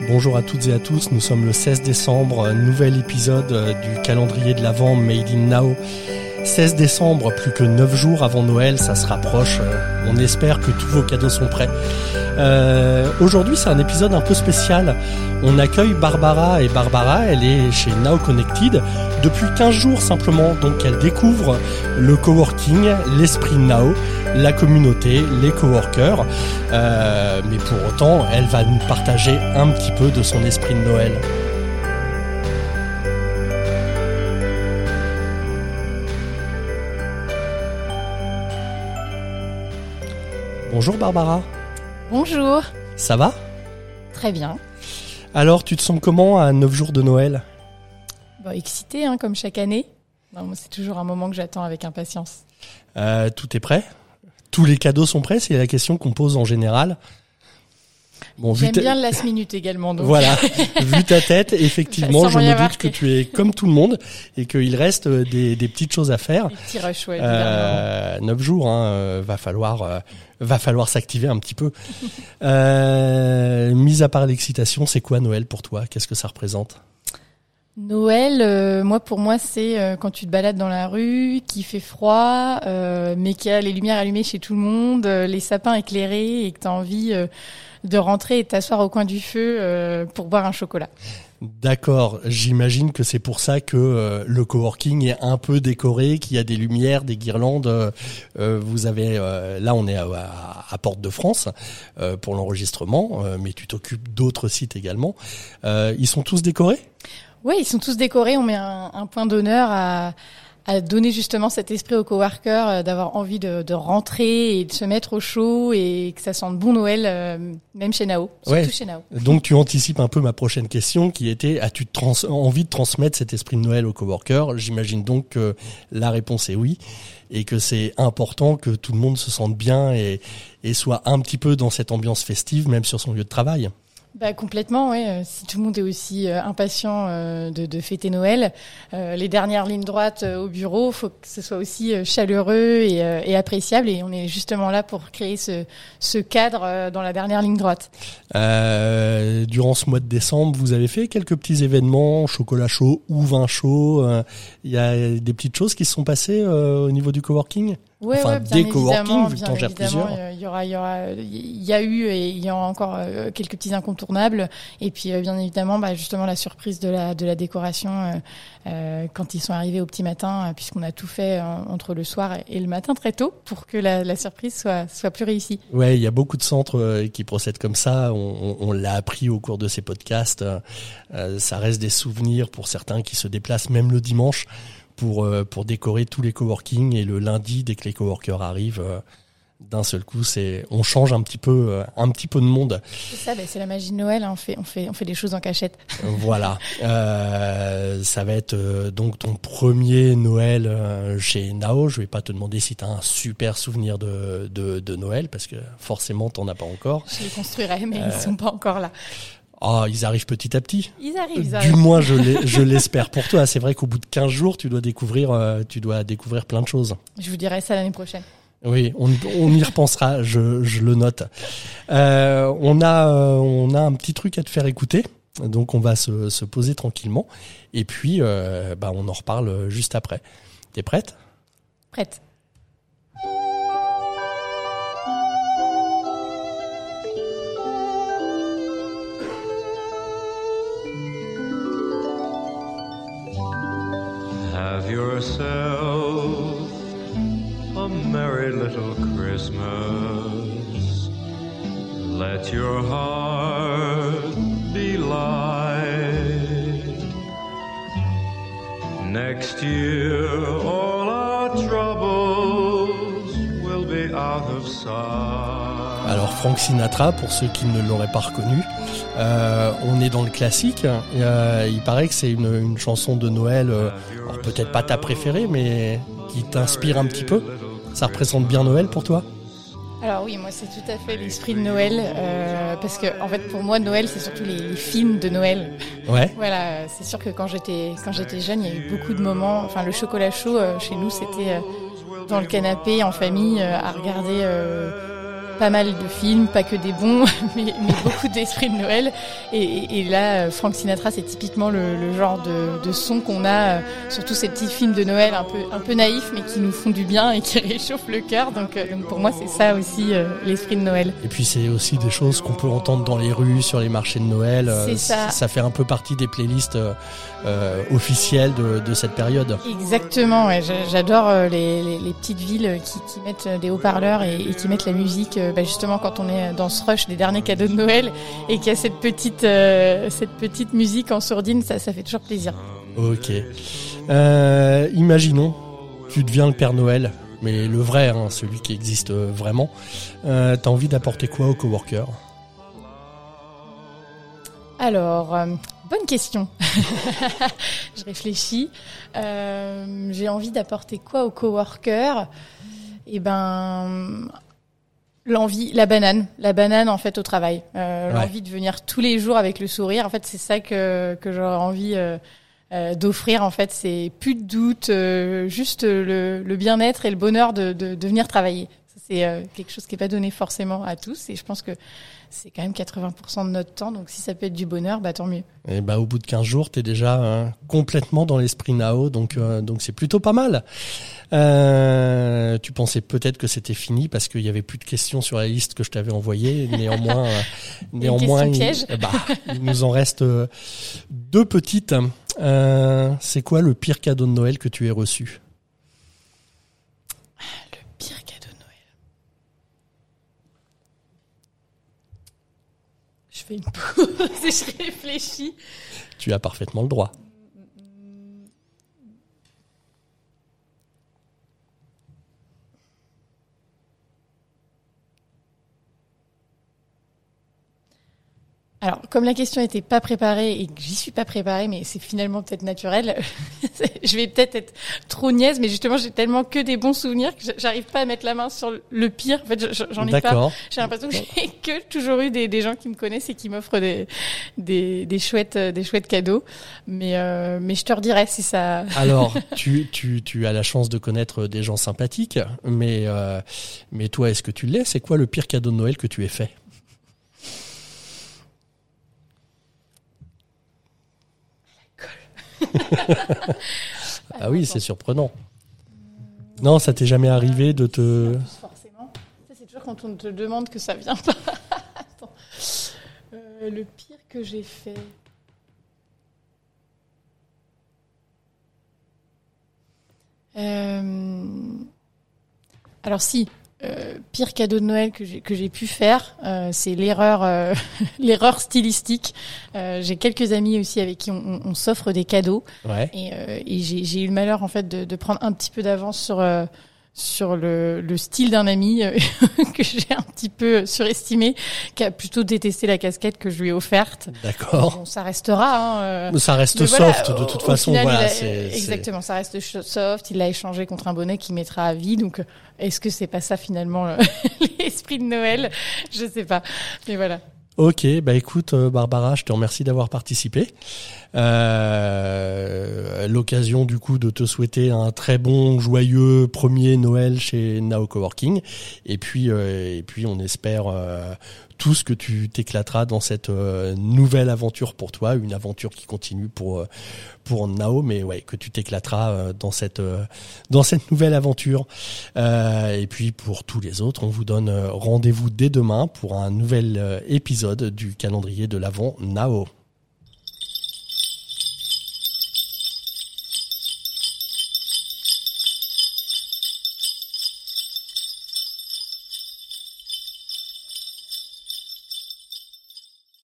Bonjour à toutes et à tous, nous sommes le 16 décembre, nouvel épisode du calendrier de l'Avent Made in Now. 16 décembre, plus que 9 jours avant Noël, ça se rapproche, on espère que tous vos cadeaux sont prêts. Aujourd'hui c'est un épisode un peu spécial, on accueille Barbara et Barbara, elle est chez Now Connected depuis 15 jours simplement, donc elle découvre le coworking, l'esprit Now, la communauté, les coworkers, mais pour autant elle va nous partager un petit peu de son esprit de Noël. Bonjour Barbara. Bonjour. Ça va ? Très bien. Alors, tu te sens comment à 9 jours de Noël ? Excitée, comme chaque année. Non, c'est toujours un moment que j'attends avec impatience. Tout est prêt ? Tous les cadeaux sont prêts ? C'est la question qu'on pose en général. Bon, j'aime bien le last minute également. Donc. Voilà, vu ta tête, effectivement, je me doute que tu es comme tout le monde et qu'il reste des petites choses à faire. Des petits rushs, ouais. 9 jours, va falloir s'activer un petit peu. Mis à part l'excitation, c'est quoi Noël pour toi ? Qu'est-ce que ça représente ? Noël, pour moi, c'est quand tu te balades dans la rue, qu'il fait froid, mais qu'il y a les lumières allumées chez tout le monde, les sapins éclairés et que tu as envie de rentrer et de t'asseoir au coin du feu pour boire un chocolat. D'accord, j'imagine que c'est pour ça que le coworking est un peu décoré, qu'il y a des lumières, des guirlandes. Vous avez là, on est à Porte de France pour l'enregistrement, mais tu t'occupes d'autres sites également. Ils sont tous décorés ? Oui, ils sont tous décorés. On met un point d'honneur à donner justement cet esprit aux coworkers, d'avoir envie de rentrer et de se mettre au chaud et que ça sente bon Noël, même chez Nao, surtout chez Nao. Donc tu anticipes un peu ma prochaine question qui était, as-tu envie de transmettre cet esprit de Noël aux coworkers ? J'imagine donc que la réponse est oui et que c'est important que tout le monde se sente bien et soit un petit peu dans cette ambiance festive, même sur son lieu de travail. Complètement, ouais. Si tout le monde est aussi impatient de fêter Noël, les dernières lignes droites au bureau, faut que ce soit aussi chaleureux et appréciable. Et on est justement là pour créer ce cadre dans la dernière ligne droite. Durant ce mois de décembre, vous avez fait quelques petits événements, chocolat chaud ou vin chaud. Il y a des petites choses qui se sont passées au niveau du coworking ? Bien des coworking, vu que t'en gères plusieurs. Il y a eu et il y a encore quelques petits incontournables. Et puis, bien évidemment, justement, la surprise de la décoration quand ils sont arrivés au petit matin, puisqu'on a tout fait entre le soir et le matin très tôt pour que la surprise soit plus réussie. Ouais, il y a beaucoup de centres qui procèdent comme ça. On l'a appris au cours de ces podcasts. Ça reste des souvenirs pour certains qui se déplacent même le dimanche pour décorer tous les coworking, et le lundi, dès que les coworkers arrivent, d'un seul coup, on change un petit peu de monde. C'est ça, c'est la magie de Noël, on fait des choses en cachette. Voilà. Ça va être donc ton premier Noël chez Nao. Je vais pas te demander si tu as un super souvenir de Noël, parce que forcément t'en as pas encore. Je les construirai, mais ils sont pas encore là. Ils arrivent petit à petit. Ils arrivent. Du moins, je l'espère pour toi. C'est vrai qu'au bout de 15 jours, tu dois découvrir plein de choses. Je vous dirai ça l'année prochaine. Oui, on y repensera, je le note. On a un petit truc à te faire écouter. Donc, on va se poser tranquillement. Et puis, on en reparle juste après. T'es prête ? Prête. Have yourself a merry little Christmas. Let your heart be light. Next year all our troubles will be out of sight. Alors Frank Sinatra, pour ceux qui ne l'auraient pas reconnu, on est dans le classique. Il paraît que c'est une chanson de Noël, alors peut-être pas ta préférée, mais qui t'inspire un petit peu. Ça représente bien Noël pour toi ? Alors oui, moi c'est tout à fait l'esprit de Noël, parce que en fait pour moi Noël c'est surtout les films de Noël. Ouais. Voilà, c'est sûr que quand j'étais jeune, il y a eu beaucoup de moments. Enfin, le chocolat chaud chez nous, c'était dans le canapé en famille à regarder pas mal de films, pas que des bons, mais beaucoup d'esprits de Noël. Et là, Frank Sinatra, c'est typiquement le genre de son qu'on a sur tous ces petits films de Noël un peu naïfs, mais qui nous font du bien et qui réchauffent le cœur. Donc pour moi, c'est ça aussi l'esprit de Noël. Et puis c'est aussi des choses qu'on peut entendre dans les rues, sur les marchés de Noël. C'est ça. Ça fait un peu partie des playlists officielles de cette période. Exactement, ouais. J'adore les petites villes qui mettent des haut-parleurs et qui mettent la musique justement quand on est dans ce rush des derniers cadeaux de Noël et qu'il y a cette petite musique en sourdine, ça fait toujours plaisir. Ok. Imaginons, tu deviens le Père Noël, mais le vrai, hein, celui qui existe vraiment. T'as envie d'apporter quoi aux coworkers ? Alors, bonne question. Je réfléchis. J'ai envie d'apporter quoi aux coworkers ? La banane en fait au travail. L'envie de venir tous les jours avec le sourire. En fait, c'est ça que j'aurais envie d'offrir. En fait, c'est plus de doute, juste le bien-être et le bonheur de venir travailler. Ça, c'est quelque chose qui est pas donné forcément à tous, et je pense que c'est quand même 80% de notre temps, donc si ça peut être du bonheur, tant mieux. Et au bout de 15 jours, t'es déjà complètement dans l'esprit Nao, donc c'est plutôt pas mal. Tu pensais peut-être que c'était fini parce qu'il y avait plus de questions sur la liste que je t'avais envoyée. Néanmoins, il nous en reste 2 petites. C'est quoi le pire cadeau de Noël que tu aies reçu ? Le pire cadeau de Noël. Je fais une pause et je réfléchis. Tu as parfaitement le droit. Alors, comme la question n'était pas préparée et que j'y suis pas préparée, mais c'est finalement peut-être naturel, je vais peut-être être trop niaise, mais justement, j'ai tellement que des bons souvenirs que j'arrive pas à mettre la main sur le pire. En fait, j'en ai D'accord. pas. J'ai l'impression que j'ai que toujours eu des gens qui me connaissent et qui m'offrent des chouettes cadeaux. Mais je te redirai si ça. Alors, tu as la chance de connaître des gens sympathiques, mais toi, est-ce que tu l'es ? C'est quoi le pire cadeau de Noël que tu aies fait ? Ah oui, c'est surprenant. Non, ça t'est jamais arrivé de te... Forcément. Ça, c'est toujours quand on te demande que ça vient pas. Attends. Le pire que j'ai fait... Alors si... pire cadeau de Noël que j'ai pu faire, c'est l'erreur stylistique. J'ai quelques amis aussi avec qui on s'offre des cadeaux, ouais. Et j'ai eu le malheur en fait de prendre un petit peu d'avance sur le style d'un ami que j'ai un petit peu surestimé, qui a plutôt détesté la casquette que je lui ai offerte. D'accord. Bon, ça restera. Ça reste mais soft voilà, de toute façon. Final, voilà, exactement, ça reste soft. Il l'a échangé contre un bonnet qu'il mettra à vie. Donc, est-ce que c'est pas ça finalement l'esprit de Noël ? Je sais pas. Mais voilà. Ok, écoute Barbara, je te remercie d'avoir participé. L'occasion du coup de te souhaiter un très bon, joyeux premier Noël chez Nao Coworking. Et puis on espère tous que tu t'éclateras dans cette nouvelle aventure pour toi, une aventure qui continue pour Nao, mais ouais, que tu t'éclateras dans cette nouvelle aventure. Et puis pour tous les autres, on vous donne rendez-vous dès demain pour un nouvel épisode du calendrier de l'Avent Nao.